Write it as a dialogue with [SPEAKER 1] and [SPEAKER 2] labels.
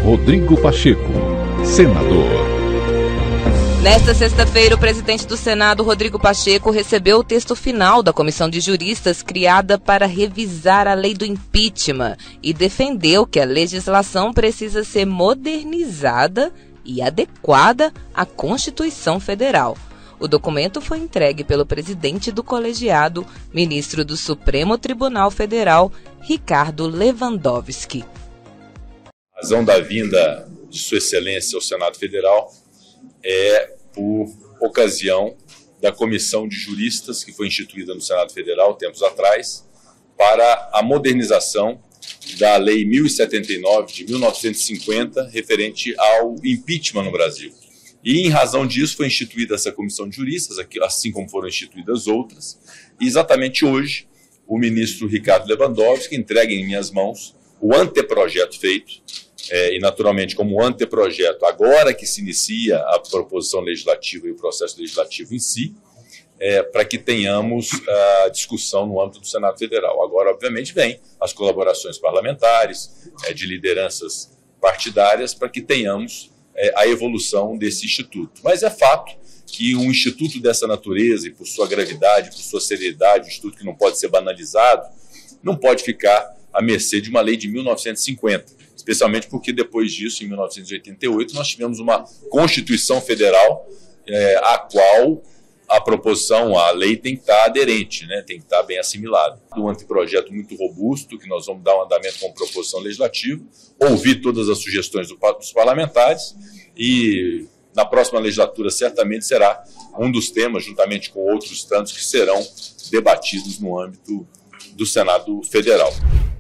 [SPEAKER 1] Rodrigo Pacheco, senador.
[SPEAKER 2] Nesta sexta-feira, o presidente do Senado, Rodrigo Pacheco, recebeu o texto final da comissão de juristas criada para revisar a lei do impeachment e defendeu que a legislação precisa ser modernizada e adequada à Constituição Federal. O documento foi entregue pelo presidente do colegiado, ministro do Supremo Tribunal Federal, Ricardo Lewandowski.
[SPEAKER 3] A razão da vinda de Sua Excelência ao Senado Federal é por ocasião da comissão de juristas que foi instituída no Senado Federal tempos atrás para a modernização da Lei 1079 de 1950 referente ao impeachment no Brasil. E, em razão disso, foi instituída essa comissão de juristas, assim como foram instituídas outras. E, exatamente hoje, o ministro Ricardo Lewandowski entrega em minhas mãos o anteprojeto feito, e, naturalmente, como anteprojeto, agora que se inicia a proposição legislativa e o processo legislativo em si, para que tenhamos a discussão no âmbito do Senado Federal. Agora, obviamente, vem as colaborações parlamentares, de lideranças partidárias, para que tenhamos a evolução desse instituto. Mas é fato que um instituto dessa natureza, e por sua gravidade, por sua seriedade, um instituto que não pode ser banalizado, não pode ficar à mercê de uma lei de 1950, especialmente porque depois disso, em 1988, nós tivemos uma Constituição Federal a qual a proposição, a lei tem que estar aderente, né? Tem que estar bem assimilada. Um anteprojeto muito robusto, que nós vamos dar um andamento com proposição legislativa, ouvir todas as sugestões dos parlamentares e, na próxima legislatura, certamente será um dos temas, juntamente com outros tantos, que serão debatidos no âmbito do Senado Federal.